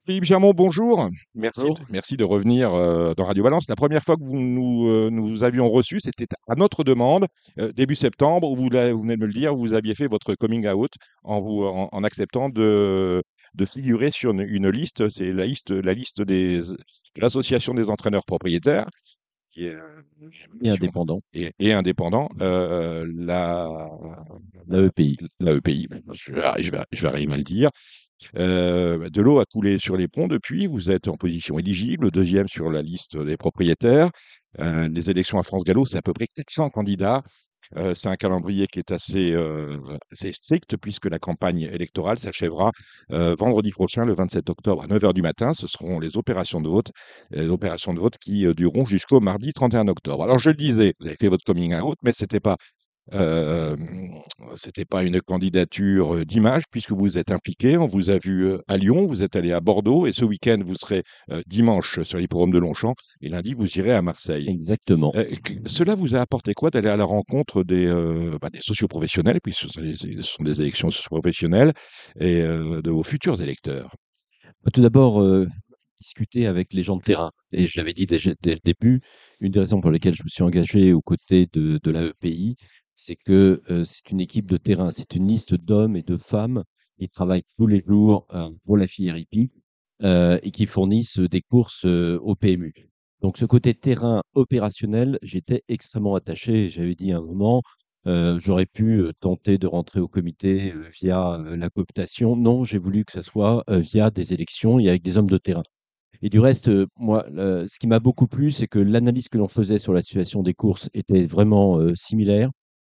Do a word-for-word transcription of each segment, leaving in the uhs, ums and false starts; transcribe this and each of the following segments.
Philippe Germont, bonjour. Merci, Bonjour. merci de revenir euh, dans Radio Balance. La première fois que vous nous, euh, nous avions reçus, c'était à notre demande, euh, début septembre, où vous, l'a- vous venez de me le dire, vous aviez fait votre coming out en, vous, en, en acceptant de, de figurer sur une, une liste, c'est la liste, la liste des, de l'Association des entraîneurs propriétaires, qui est euh, une Et association indépendant, et, et indépendant, euh, la, la E P I. la E P I, je vais, je vais, je vais arriver à le dire. Euh, de l'eau a coulé sur les ponts depuis. Vous êtes en position éligible, deuxième sur la liste des propriétaires. Euh, les élections à France Gallo, c'est à peu près quatre cents candidats. Euh, c'est un calendrier qui est assez, euh, assez strict puisque la campagne électorale s'achèvera euh, vendredi prochain, le vingt-sept octobre à neuf heures du matin. Ce seront les opérations de vote, les opérations de vote qui euh, dureront jusqu'au mardi trente et un octobre. Alors je le disais, vous avez fait votre coming out, mais c'était pas euh, c'était pas une candidature euh, d'image puisque vous êtes impliqué. On vous a vu euh, à Lyon, vous êtes allé à Bordeaux et ce week-end vous serez euh, dimanche sur l'hippodrome de Longchamp et lundi vous irez à Marseille. Exactement. Euh, cela vous a apporté quoi d'aller à la rencontre des, euh, bah, des socioprofessionnels, puisque ce sont des, ce sont des élections socioprofessionnelles, et euh, de vos futurs électeurs? Bah, Tout d'abord, euh, discuter avec les gens de terrain. Et je l'avais dit dès, dès le début, une des raisons pour lesquelles je me suis engagé aux côtés de, de la E P I, c'est que euh, c'est une équipe de terrain, c'est une liste d'hommes et de femmes qui travaillent tous les jours euh, pour la filière hippique euh, et qui fournissent des courses euh, au P M U. Donc ce côté terrain opérationnel, j'étais extrêmement attaché. J'avais dit à un moment, euh, j'aurais pu euh, tenter de rentrer au comité euh, via euh, la cooptation. Non, j'ai voulu que ça soit euh, via des élections et avec des hommes de terrain. Et du reste, euh, moi, le- ce qui m'a beaucoup plu, c'est que l'analyse que l'on faisait sur la situation des courses était vraiment euh, similaire.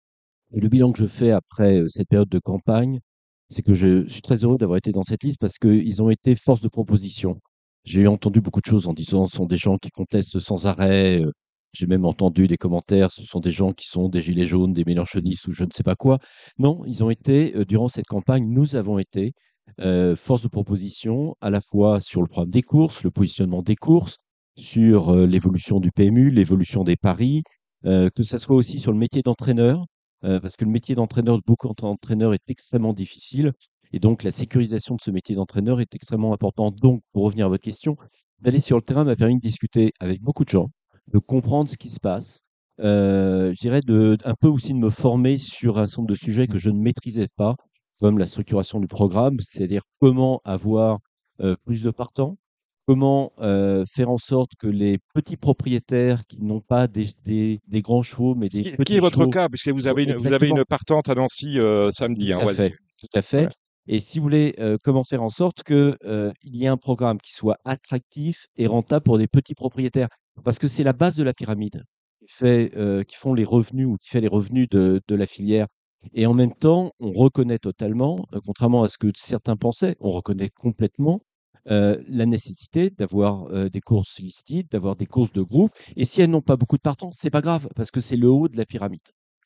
Et le bilan que je fais après euh, cette période de campagne, c'est que je suis très heureux d'avoir été dans cette liste parce qu'ils ont été force de proposition. J'ai entendu beaucoup de choses en disant ce sont des gens qui contestent sans arrêt. euh, J'ai même entendu des commentaires, ce sont des gens qui sont des gilets jaunes, des mélanchonistes ou je ne sais pas quoi. Non, ils ont été, euh, durant cette campagne, nous avons été euh, force de proposition à la fois sur le programme des courses, le positionnement des courses, sur euh, l'évolution du P M U, l'évolution des paris, euh, que ce soit aussi sur le métier d'entraîneur euh, parce que le métier d'entraîneur, de beaucoup d'entraîneurs est extrêmement difficile. Et donc, la sécurisation de ce métier d'entraîneur est extrêmement importante. Donc, pour revenir à votre question, d'aller sur le terrain m'a permis de discuter avec beaucoup de gens, de comprendre ce qui se passe. Euh, je dirais de, un peu aussi de me former sur un certain nombre de sujets que je ne maîtrisais pas, comme la structuration du programme, c'est-à-dire comment avoir euh, plus de partants, comment euh, faire en sorte que les petits propriétaires qui n'ont pas des, des- des grands chevaux, mais Ce des qui, qui est petits votre chevaux, cas, puisque vous vo- avez une, vous avez une exactement, partante à Nancy euh, samedi, tout hein, à vas-y. fait, tout à fait. Ouais. Et si vous voulez euh, comment faire en sorte que euh, il y ait un programme qui soit attractif et rentable pour des petits propriétaires, parce que c'est la base de la pyramide qui fait, euh, qui font les revenus ou qui fait les revenus de, de la filière. Et en même temps, on reconnaît totalement, euh, contrairement à ce que certains pensaient, on reconnaît complètement euh, la nécessité d'avoir euh, des courses listides, d'avoir des courses de groupe. Et si elles n'ont pas beaucoup de partants, c'est pas grave, parce que c'est le haut de la pyramide.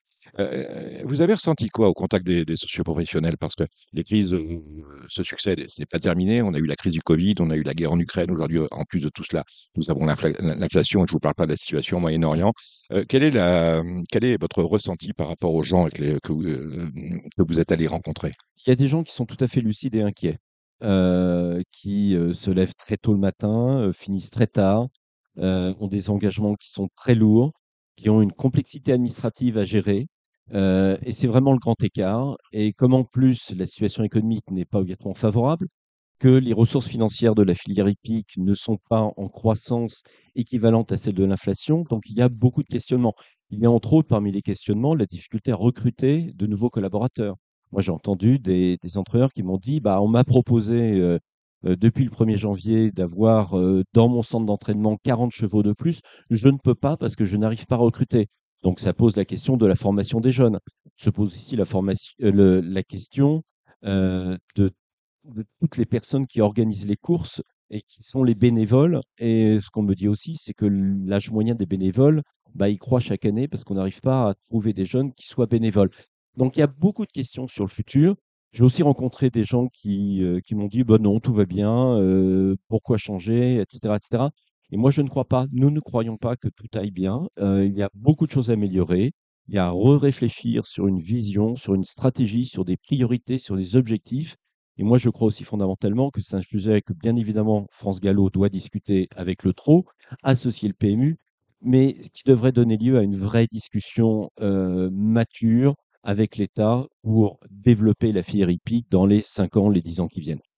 Euh, vous avez ressenti quoi au contact des, des socioprofessionnels? Parce que les crises euh, se succèdent, et c'est pas terminé. On a eu la crise du Covid, on a eu la guerre en Ukraine. Aujourd'hui, en plus de tout cela, nous avons l'infla- l'inflation. Et je ne vous parle pas de la situation au Moyen-Orient. Euh, quel est la, quel est votre ressenti par rapport aux gens avec les- que, vous, euh, que vous êtes allés rencontrer? Il y a des gens qui sont tout à fait lucides et inquiets, heu, qui, heu, se lèvent très tôt le matin, heu, finissent très tard, heu, ont des engagements qui sont très lourds, qui ont une complexité administrative à gérer, heu et c'est vraiment le grand écart et comme en plus la situation économique n'est pas obligatoirement favorable, que les ressources financières de la filière hippique ne sont pas en croissance équivalente à celle de l'inflation, donc il y a beaucoup de questionnements. Il y a entre autres parmi les questionnements la difficulté à recruter de nouveaux collaborateurs. Moi, j'ai entendu des, des entraîneurs qui m'ont dit, bah, on m'a proposé euh, euh, depuis le premier janvier d'avoir euh, dans mon centre d'entraînement quarante chevaux de plus. Je ne peux pas parce que je n'arrive pas à recruter. Donc, ça pose la question de la formation des jeunes. Se pose ici la, formation, euh, le- la question euh, de de toutes les personnes qui organisent les courses et qui sont les bénévoles. Et ce qu'on me dit aussi, c'est que l'âge moyen des bénévoles, bah, il croît chaque année parce qu'on n'arrive pas à trouver des jeunes qui soient bénévoles. Donc il y a beaucoup de questions sur le futur. J'ai aussi rencontré des gens qui, euh, qui m'ont dit bah non, tout va bien, euh, pourquoi changer, et cetera, et cetera. Et moi, je ne crois pas, nous ne croyons pas que tout aille bien. Euh, il y a beaucoup de choses à améliorer. Il y a à re-réfléchir sur une vision, sur une stratégie, sur des priorités, sur des objectifs. Et moi, je crois aussi fondamentalement que c'est un sujet que, bien évidemment, France Gallo doit discuter avec le T R O, associer le P M U, mais ce qui devrait donner lieu à une vraie discussion euh, mature avec l'État pour développer la filière hippique dans les cinq ans, les dix ans qui viennent.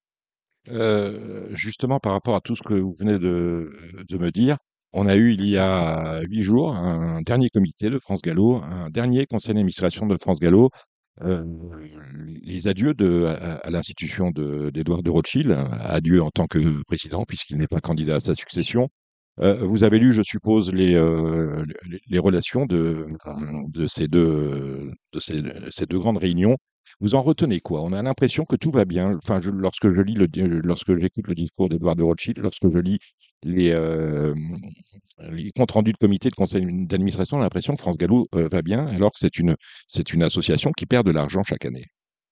Euh, justement, par rapport à tout ce que vous venez de, de me dire, on a eu il y a huit jours un dernier comité de France Gallo, un dernier conseil d'administration de France Gallo, euh, les adieux de, à, à l'institution de- d'Édouard de Rothschild, adieu en tant que président, puisqu'il n'est pas candidat à sa succession. Euh, vous avez lu, je suppose, les, euh, les, les relations de, de ces deux, de ces, ces deux grandes réunions. Vous en retenez quoi? On a l'impression que tout va bien. Enfin, je- lorsque je lis le, lorsque j'écoute le discours d'Edouard de Rothschild, lorsque je lis les, euh, les comptes rendus de comité de conseil d'administration, on a l'impression que France Gallo euh, va bien, alors que c'est une, c'est une association qui perd de l'argent chaque année.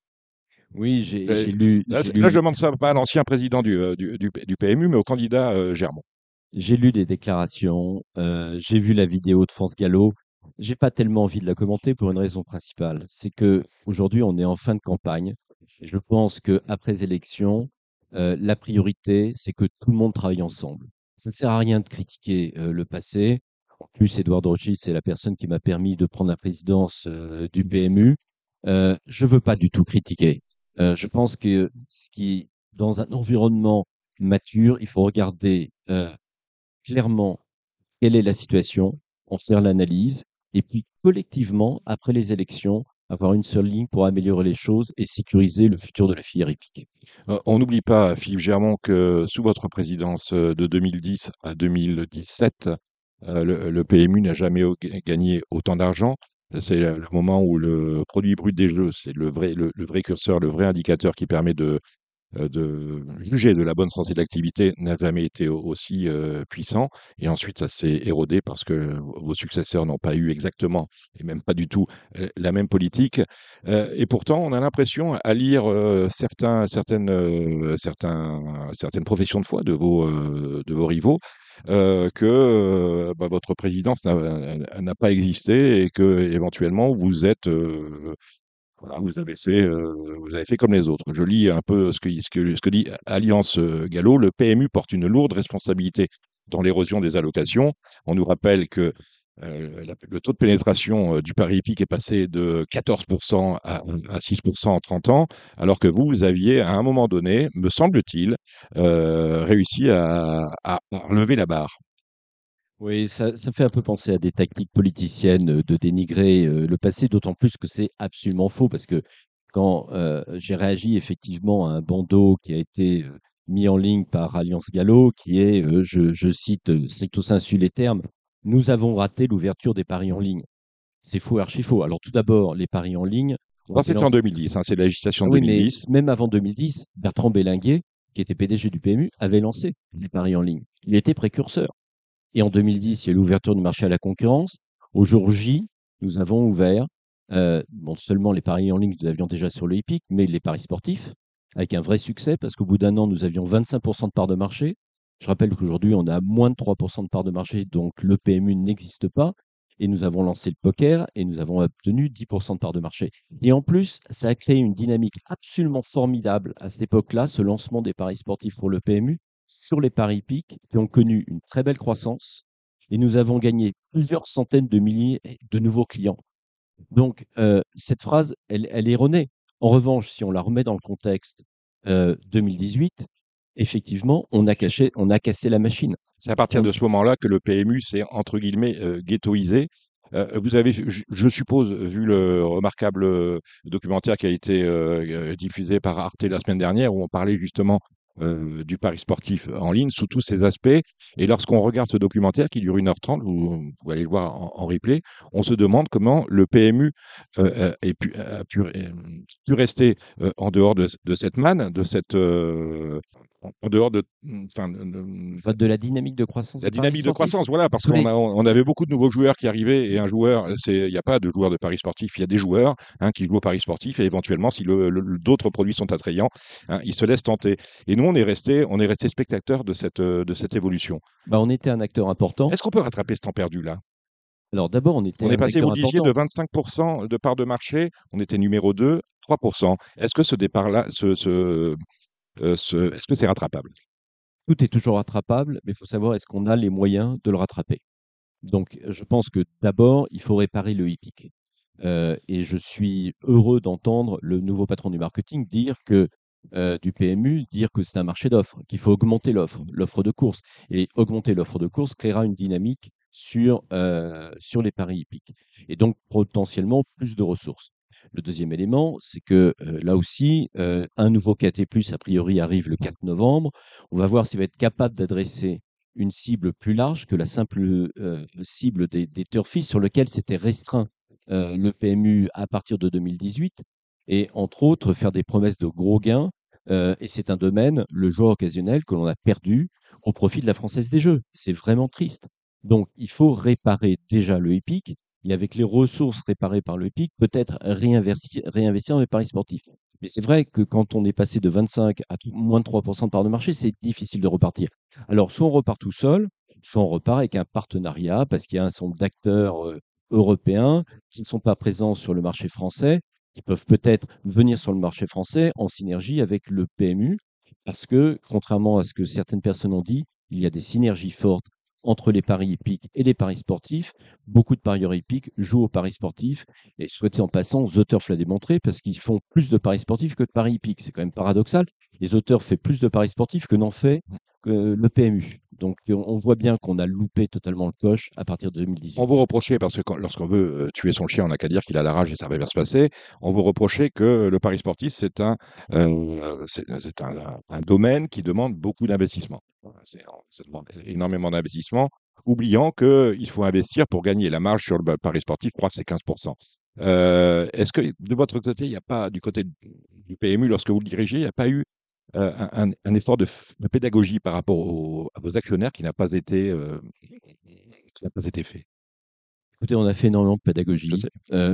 Oui, j'ai Euh, j'ai lu, Là, j'ai c'est- là, je lu, demande ça pas à l'ancien président du, euh, du, du- du P M U, mais au candidat euh, Germont. j'ai lu des déclarations, euh, j'ai vu la vidéo de France Gallo. J'ai pas tellement envie de la commenter pour une raison principale, c'est que aujourd'hui on est en fin de campagne. Et je pense que après élection, euh, la priorité c'est que tout le monde travaille ensemble. Ça ne sert à rien de critiquer euh, le passé. En plus, Édouard Rothschild, c'est la personne qui m'a permis de prendre la présidence euh, du P M U. Euh, je veux pas du tout critiquer. Euh, je pense que ce qui, dans un environnement mature, il faut regarder euh, clairement quelle est la situation, en faire l'analyse, et puis collectivement, après les élections, avoir une seule ligne pour améliorer les choses et sécuriser le futur de la filière hippique. Euh, On n'oublie pas, Philippe Germont, que sous votre présidence euh, de deux mille dix à deux mille dix-sept, euh, le, le P M U n'a jamais au- gagné autant d'argent. C'est le moment où le produit brut des jeux, c'est le vrai, le, le vrai curseur, le vrai indicateur qui permet de, euh, de juger de la bonne santé de l'activité n'a jamais été au- aussi euh, puissant. Et ensuite, ça s'est érodé parce que vos successeurs n'ont pas eu exactement, et même pas du tout, euh, la même politique. Euh, et pourtant, on a l'impression, à lire euh, certains, certaines, euh, certains, certaines professions de foi de vos, euh, de vos rivaux, euh, que euh, bah, votre présidence n'a n'a pas existé et que éventuellement vous êtes euh, voilà, vous avez fait, euh, vous avez fait comme les autres. Je lis un peu ce que, ce que, ce que dit Alliance euh, Gallo. Le P M U porte une lourde responsabilité dans l'érosion des allocations. On nous rappelle que euh, la- le taux de pénétration euh, du pari hippique est passé de quatorze pour cent à, à six pour cent en trente ans, alors que vous, vous aviez, à un moment donné, me semble-t-il, euh, réussi à, à, à relever la barre. Oui, ça, ça fait un peu penser à des tactiques politiciennes euh, de dénigrer euh, le passé, d'autant plus que c'est absolument faux, parce que quand euh, j'ai réagi effectivement à un bandeau qui a été euh, mis en ligne par Alliance Gallo, qui est, euh, je, je cite euh, stricto sensu les termes, nous avons raté l'ouverture des paris en ligne. C'est faux, archi faux. Alors tout d'abord, les paris en ligne ont Ça, été c'était en lancés. deux mille dix, hein, c'est la législation Ah de oui, mais deux mille dix. même avant deux mille dix, Bertrand Bélinguet, qui était P D G du P M U, avait lancé les paris en ligne. Il était précurseur. Et en deux mille dix, il y a eu l'ouverture du marché à la concurrence. Au jour J, nous avons ouvert, euh, bon, seulement les paris en ligne, nous avions déjà sur le hippique, mais les paris sportifs, avec un vrai succès, parce qu'au bout d'un an, nous avions vingt-cinq pour cent de part de marché. Je rappelle qu'aujourd'hui, on a moins de trois pour cent de part de marché, donc le P M U n'existe pas. Et nous avons lancé le poker et nous avons obtenu dix pour cent de part de marché. Et en plus, ça a créé une dynamique absolument formidable à cette époque-là, ce lancement des paris sportifs pour le P M U, sur les paris hippiques qui ont connu une très belle croissance et nous avons gagné plusieurs centaines de milliers de nouveaux clients. Donc, euh, cette phrase, elle, elle est erronée. En revanche, si on la remet dans le contexte euh, deux mille dix-huit, effectivement, on a, caché, on a cassé la machine. C'est à partir On, de ce moment-là que le P M U s'est, entre guillemets, euh, ghettoisé. Euh, vous avez, je, je suppose, vu le remarquable euh, documentaire qui a été euh, euh, diffusé par Arte la semaine dernière, où on parlait justement euh, du pari sportif en ligne sous tous ses aspects. Et lorsqu'on regarde ce documentaire qui dure une heure trente, vous, vous pouvez aller le voir en, en replay, on se demande comment le P M U euh, euh, ait pu, a pu, euh, pu rester euh, en dehors de, de cette manne, de cette, euh, en en dehors de, enfin, de- de- va de la dynamique de croissance la des paris dynamique de sportifs. croissance, voilà, parce Tous qu'on les, a, on avait beaucoup de nouveaux joueurs qui arrivaient et un joueur, c'est, il n'y a pas de joueurs de paris sportifs, il y a des joueurs hein, qui jouent au paris sportif et éventuellement, si le, le, d'autres produits sont attrayants, hein, ils se laissent tenter. Et nous, on est resté, on est resté spectateurs de cette, euh, de cette évolution. bah, on était un acteur important. Est-ce qu'on peut rattraper ce temps perdu là? Alors d'abord, on était On est un passé, vous acteur le disiez, de important. vingt-cinq pour cent de part de marché, on était numéro deux, trois pour cent. Est-ce que ce départ-là, ce, ce, euh, ce- est-ce que c'est rattrapable? Tout est toujours rattrapable, mais il faut savoir est-ce qu'on a les moyens de le rattraper. Donc, je pense que d'abord, il faut réparer le hippique. Euh, et je suis heureux d'entendre le nouveau patron du marketing dire que euh, du P M U, dire que c'est un marché d'offres, qu'il faut augmenter l'offre, l'offre de course. Et augmenter l'offre de course créera une dynamique sur, euh, sur les paris hippiques. Et donc, potentiellement, plus de ressources. Le deuxième élément, c'est que euh, là aussi, euh, un nouveau K T plus, a priori, arrive le quatre novembre. On va voir s'il va être capable d'adresser une cible plus large que la simple euh, cible des, des turfistes sur lequel s'était restreint euh, le P M U à partir de deux mille dix-huit et entre autres faire des promesses de gros gains. Euh, et c'est un domaine, le joueur occasionnel, que l'on a perdu au profit de la Française des Jeux. C'est vraiment triste. Donc il faut réparer déjà le hippique et avec les ressources réparées par le hippique, peut-être réinvestir, réinvestir dans les paris sportifs. Mais c'est vrai que quand on est passé de vingt-cinq à moins de trois pour cent de part de marché, c'est difficile de repartir. Alors, soit on repart tout seul, soit on repart avec un partenariat parce qu'il y a un certain nombre d'acteurs euh, européens qui ne sont pas présents sur le marché français, qui peuvent peut-être venir sur le marché français en synergie avec le P M U, parce que, contrairement à ce que certaines personnes ont dit, il y a des synergies fortes entre les paris hippiques et les paris sportifs. Beaucoup de parieurs hippiques jouent aux paris sportifs, et souhaité en passant, The Turf l'a démontré, parce qu'ils font plus de paris sportifs que de paris hippiques. C'est quand même paradoxal. Les auteurs font plus de paris sportifs que n'en fait que le P M U. Donc, on on voit bien qu'on a loupé totalement le coche à partir de On vous deux mille dix-huit. reprochait, parce que quand- lorsqu'on veut euh, tuer son chien, on n'a qu'à dire qu'il a la rage et ça va bien se passer. On vous reprochait que le pari sportif, c'est un, euh, c'est, c'est un, un domaine qui demande beaucoup d'investissement. Voilà, c'est- ça demande énormément d'investissement, oubliant qu'il faut investir pour gagner. La marge sur le ba- pari sportif, je crois que c'est quinze pour cent. Euh, est-ce que de votre côté, il n'y a pas, du côté du P M U, lorsque vous le dirigez, il n'y a pas eu euh, un, un- un effort de, f- de pédagogie par rapport aux- à vos actionnaires qui n'a pas été, euh, qui n'a pas été fait? Écoutez, on a fait énormément de Je pédagogie. sais. euh,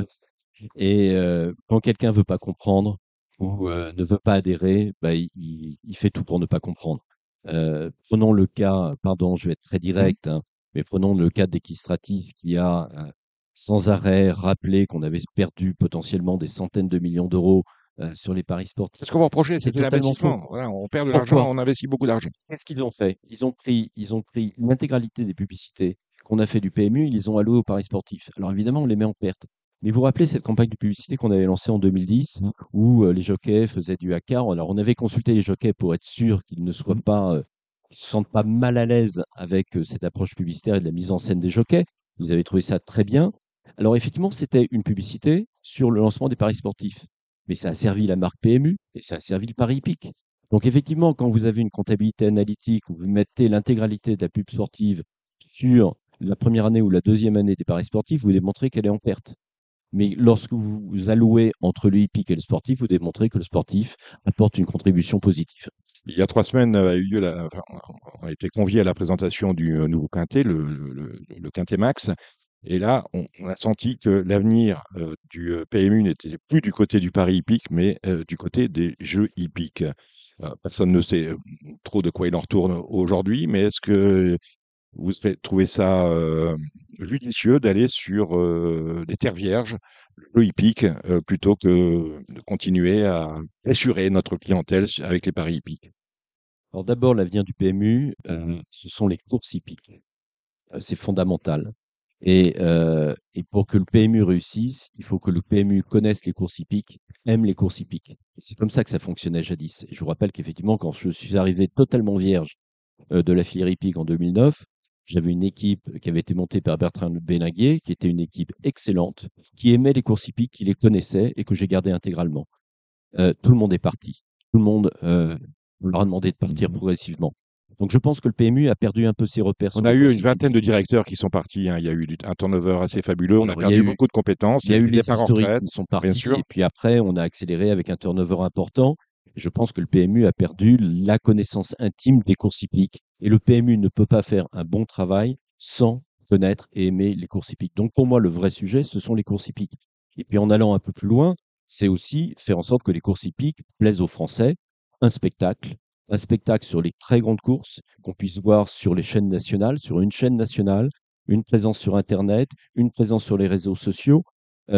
et euh, quand quelqu'un veut pas comprendre ou euh, ne veut pas adhérer, bah, il, il- il fait tout pour ne pas comprendre. Euh, prenons le cas, pardon, je vais être très Mmh. direct, hein, mais prenons le cas d'Equistratis qui a euh, sans arrêt rappelé qu'on avait perdu potentiellement des centaines de millions d'euros euh, sur les paris Parce sportifs. qu'on vous reprochait, C'est c'était totalement faux. l'investissement. Voilà, on perd de l'argent, Pourquoi? on investit beaucoup d'argent. Qu'est-ce qu'ils ont fait? Ils ont pris, ils ont pris l'intégralité des publicités qu'on a fait du P M U, ils les ont allouées aux paris sportifs. Alors évidemment, on les met en perte. Mais vous vous rappelez cette campagne de publicité qu'on avait lancée en deux mille dix, Mmh. où euh, les jockeys faisaient du haka. Alors on avait consulté les jockeys pour être sûr qu'ils ne soient Mmh. pas, euh, qu'ils se sentent pas mal à l'aise avec euh, cette approche publicitaire et de la mise en scène des jockeys. Ils avaient trouvé ça très bien. Alors effectivement, c'était une publicité sur le lancement des paris sportifs. Mais ça a servi la marque P M U et ça a servi le pari hippique. Donc effectivement, quand vous avez une comptabilité analytique où vous mettez l'intégralité de la pub sportive sur la première année ou la deuxième année des paris sportifs, vous démontrez qu'elle est en perte. Mais lorsque vous vous allouez entre le hippique et le sportif, vous démontrez que le sportif apporte une contribution positive. Il y a trois semaines euh, a eu lieu la, enfin, on a été conviés à la présentation du euh, nouveau quintet, le, le, le- le quintet max. Et là, on, on a senti que l'avenir euh, du euh, P M U n'était plus du côté du pari hippique, mais euh, du côté des jeux hippiques. Euh, personne ne sait euh, trop de quoi il en retourne aujourd'hui, mais est-ce que vous avez trouvé ça euh, judicieux d'aller sur euh, des terres vierges, le jeu hippique, euh, plutôt que de continuer à assurer notre clientèle avec les paris hippiques? Alors d'abord, l'avenir du P M U, euh, ce sont les courses hippiques. Euh, c'est fondamental. Et, euh, et pour que le P M U réussisse, il faut que le P M U connaisse les courses hippiques, aime les courses hippiques. C'est comme ça que ça fonctionnait jadis. Et je vous rappelle qu'effectivement, quand je suis arrivé totalement vierge euh, de la filière hippique en deux mille neuf, j'avais une équipe qui avait été montée par Bertrand Benaguier, qui était une équipe excellente, qui aimait les courses hippiques, qui les connaissait et que j'ai gardé intégralement. Euh, tout le monde est parti. Tout le monde, euh, on leur a demandé de partir progressivement. Donc je pense que le P M U a perdu un peu ses repères On sur a les eu courses une vingtaine de hippiques. directeurs qui sont partis, hein. Il y a eu du- un turnover assez fabuleux. On a Alors, il y a perdu eu, beaucoup de compétences. il Il y y a a eu eu des les départs en historiques retraite, qui sont bien partis, sûr. et puis après, on a accéléré avec un turnover important. Je pense que le P M U a perdu la connaissance intime des courses hippiques. Et le P M U ne peut pas faire un bon travail sans connaître et aimer les courses hippiques. Donc pour moi, le vrai sujet, ce sont les courses hippiques. Et puis en allant un peu plus loin, c'est aussi faire en sorte que les courses hippiques plaisent aux Français. Un spectacle, un spectacle sur les très grandes courses qu'on puisse voir sur les chaînes nationales, sur une chaîne nationale, une présence sur Internet, une présence sur les réseaux sociaux. Euh,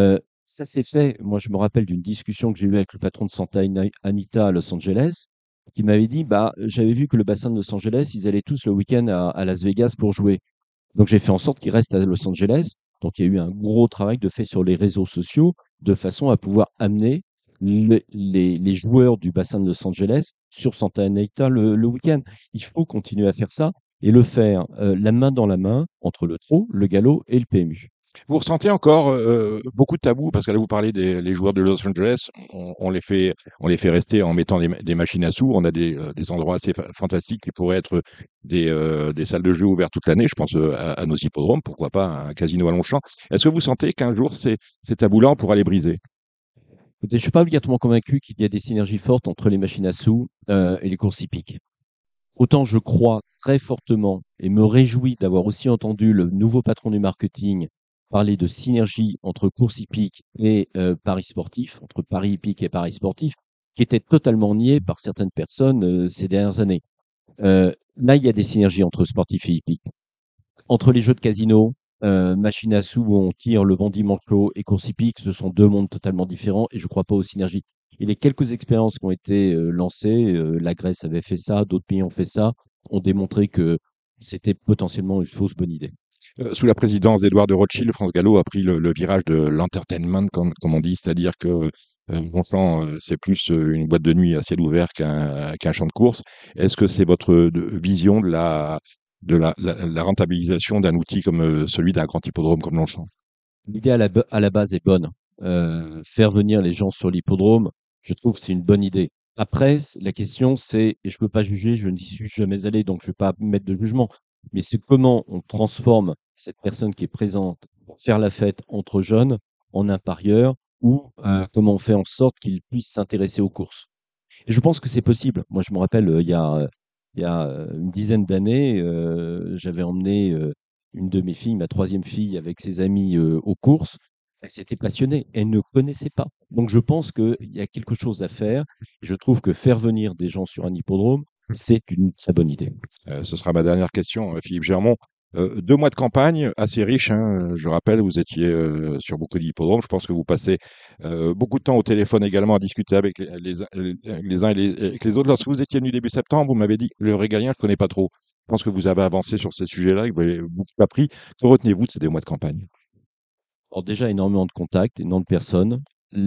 Ça s'est fait. Moi, je me rappelle d'une discussion que j'ai eue avec le patron de Santa Ana- Anita à Los Angeles, qui m'avait dit, bah, j'avais vu que le bassin de Los Angeles, ils allaient tous le week-end à, à Las Vegas pour jouer. Donc, j'ai fait en sorte qu'ils restent à Los Angeles. Donc, il y a eu un gros travail de fait sur les réseaux sociaux de façon à pouvoir amener le- les, les joueurs du bassin de Los Angeles sur Santa Anita le, le week-end. Il faut continuer à faire ça et le faire euh, la main dans la main entre le trot, le galop et le P M U. Vous ressentez encore euh, beaucoup de tabous parce que là vous parlez des les joueurs de Los Angeles, on, on les fait on les fait rester en mettant des, ma- des machines à sous. On a des, euh, des endroits assez fa- fantastiques qui pourraient être des, euh, des salles de jeu ouvertes toute l'année. Je pense euh, à, à nos hippodromes, pourquoi pas un casino à Longchamp. Est-ce que vous sentez qu'un jour ces, ces tabous-là on pourra les briser? Écoutez, je ne suis pas obligatoirement convaincu qu'il y a des synergies fortes entre les machines à sous euh, et les courses hippiques. Autant je crois très fortement et me réjouis d'avoir aussi entendu le nouveau patron du marketing parler de synergie entre course hippique et euh, paris sportif, entre paris hippique et paris sportif, qui était totalement nié par certaines personnes euh, ces dernières années. Euh, là, il y a des synergies entre sportif et hippique. Entre les jeux de casino, euh, machine à sous où on tire le bandit manchot et course hippique, ce sont deux mondes totalement différents et je ne crois pas aux synergies. Et les quelques expériences qui ont été euh, lancées, euh, la Grèce avait fait ça, d'autres pays ont fait ça, ont démontré que c'était potentiellement une fausse bonne idée. Euh, sous la présidence d'Édouard de Rothschild, France Gallo a pris le, le virage de l'entertainment, comme, comme on dit, c'est-à-dire que euh, Bonchamp, euh, c'est plus euh, une boîte de nuit à ciel ouvert qu'un qu'un champ de course. Est-ce que c'est votre euh, de- vision de la, de la, la- la rentabilisation d'un outil comme euh, celui d'un grand hippodrome comme Longchamp? L'idée à la, ba- à la base est bonne. Euh, faire venir les gens sur l'hippodrome, je trouve que c'est une bonne idée. Après, c- la question c'est, et je ne peux pas juger, je n'y suis jamais allé, donc je ne vais pas mettre de jugement, mais c'est comment on transforme cette personne qui est présente pour faire la fête entre jeunes en un parieur ou euh, comment on fait en sorte qu'il puisse s'intéresser aux courses. Et je pense que c'est possible. Moi, je me rappelle, euh, il y a, euh, il y a euh, une dizaine d'années, euh, j'avais emmené euh, une de mes filles, ma troisième fille, avec ses amis euh, aux courses. Elle s'était passionnée. Elle ne connaissait pas. Donc, je pense qu'il y a quelque chose à faire. Je trouve que faire venir des gens sur un hippodrome, c'est une très bonne idée. Euh, ce sera ma dernière question, euh, Philippe Germont. Euh, deux mois de campagne assez riche, hein. Je rappelle, vous étiez euh, sur beaucoup d'hippodromes. Je pense que vous passez euh, beaucoup de temps au téléphone également à discuter avec les, les, les- les uns et les, avec les autres. Lorsque vous étiez venu début septembre, vous m'avez dit le régalien, je ne connais pas trop. Je pense que vous avez avancé sur ces sujets-là, que vous avez beaucoup appris. Que retenez-vous de ces deux mois de campagne? Alors déjà, énormément de contacts, énormément de personnes.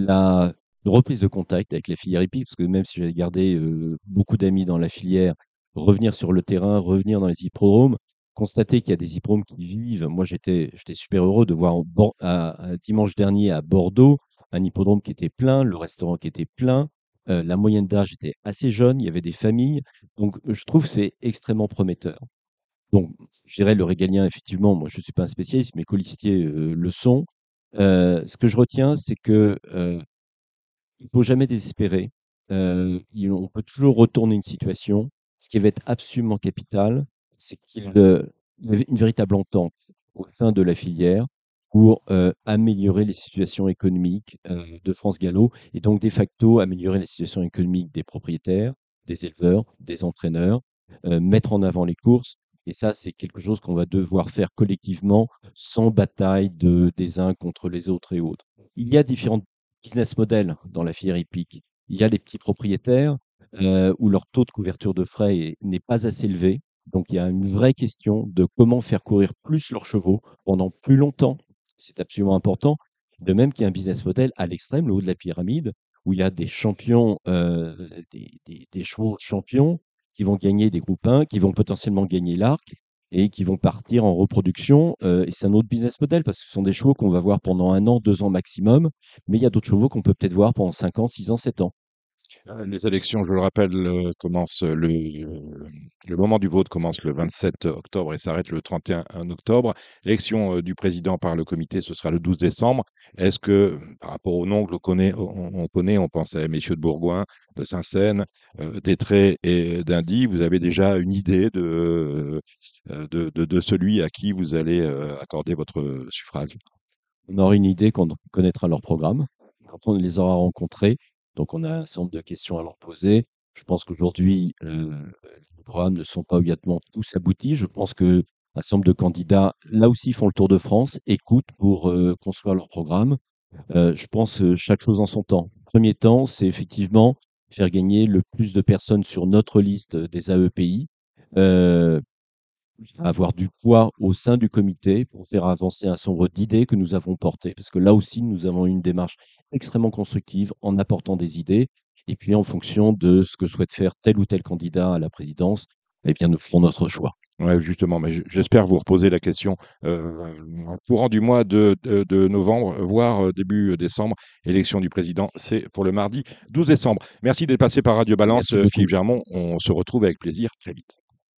La reprise de contact avec les filières hippiques, parce que même si j'avais gardé euh, beaucoup d'amis dans la filière, revenir sur le terrain, revenir dans les hippodromes, constater qu'il y a des hippodromes qui vivent. Moi, j'étais j'étais super heureux de voir au Bor- à- à- dimanche dernier à Bordeaux un hippodrome qui était plein, le restaurant qui était plein, euh, la moyenne d'âge était assez jeune, il y avait des familles. Donc, je trouve que c'est extrêmement prometteur. Donc, je dirais le régalien, effectivement, moi je ne suis pas un spécialiste, mes colistiers euh, le sont. Euh, ce que je retiens, c'est que euh, il ne faut jamais désespérer. Euh, il- on peut toujours retourner une situation. Ce qui va être absolument capital, c'est qu'il euh, il y avait une véritable entente au sein de la filière pour euh, améliorer les situations économiques euh, de France Gallo et donc de facto améliorer les situations économiques des propriétaires, des éleveurs, des entraîneurs, euh, mettre en avant les courses. Et ça, c'est quelque chose qu'on va devoir faire collectivement, sans bataille de, des uns contre les autres et autres. Il y a différents business models dans la filière hippique. Il y a les petits propriétaires euh, où leur taux de couverture de frais est- n'est pas assez élevé. Donc, il y a une vraie question de comment faire courir plus leurs chevaux pendant plus longtemps. C'est absolument important. De même qu'il y a un business model à l'extrême, le haut de la pyramide, où il y a des champions, euh, des, des- des chevaux champions qui vont gagner des groupes un, qui vont potentiellement gagner l'arc et qui vont partir en reproduction. Euh, et c'est un autre business model parce que ce sont des chevaux qu'on va voir pendant un an, deux ans maximum, mais il y a d'autres chevaux qu'on peut peut-être voir pendant cinq ans, six ans, sept ans. Euh, Les élections, je le rappelle, euh, commencent le, euh, le moment du vote commence le vingt-sept octobre et s'arrête le trente et un octobre. L'élection euh, du président par le comité, ce sera le douze décembre. Est-ce que, par rapport au nom que l'on connaît, on, on connaît, on pense à messieurs de Bourgoin, de Saint-Seine, euh, d'Etré et d'Indy, vous avez déjà une idée de, euh, de, de, de celui à qui vous allez euh, accorder votre suffrage? On aura une idée quand on connaîtra leur programme, quand on les aura rencontrés. Donc, on a un certain nombre de questions à leur poser. Je pense qu'aujourd'hui, euh, les programmes ne sont pas obligatoirement tous aboutis. Je pense que un certain nombre de candidats, là aussi, font le tour de France, écoutent pour euh, construire leur programme. Heu, je pense, heu, chaque chose en son temps. Premier temps, c'est effectivement faire gagner le plus de personnes sur notre liste, heu, des A E P I, heu, avoir du poids au sein du comité pour faire avancer un certain nombre d'idées que nous avons portées. Parce que là aussi, nous avons une démarche extrêmement constructive en apportant des idées et puis en fonction de ce que souhaite faire tel ou tel candidat à la présidence, eh bien, nous ferons notre choix. Ouais, justement, mais j j'espère vous reposer la question, heu, en courant du mois de de de novembre, voire, heu, début décembre. Élection du président, c'est pour le mardi douze décembre. Merci d'être passé par Radio Balance, Merci heu, beaucoup. Philippe Germont. On se retrouve avec plaisir très vite.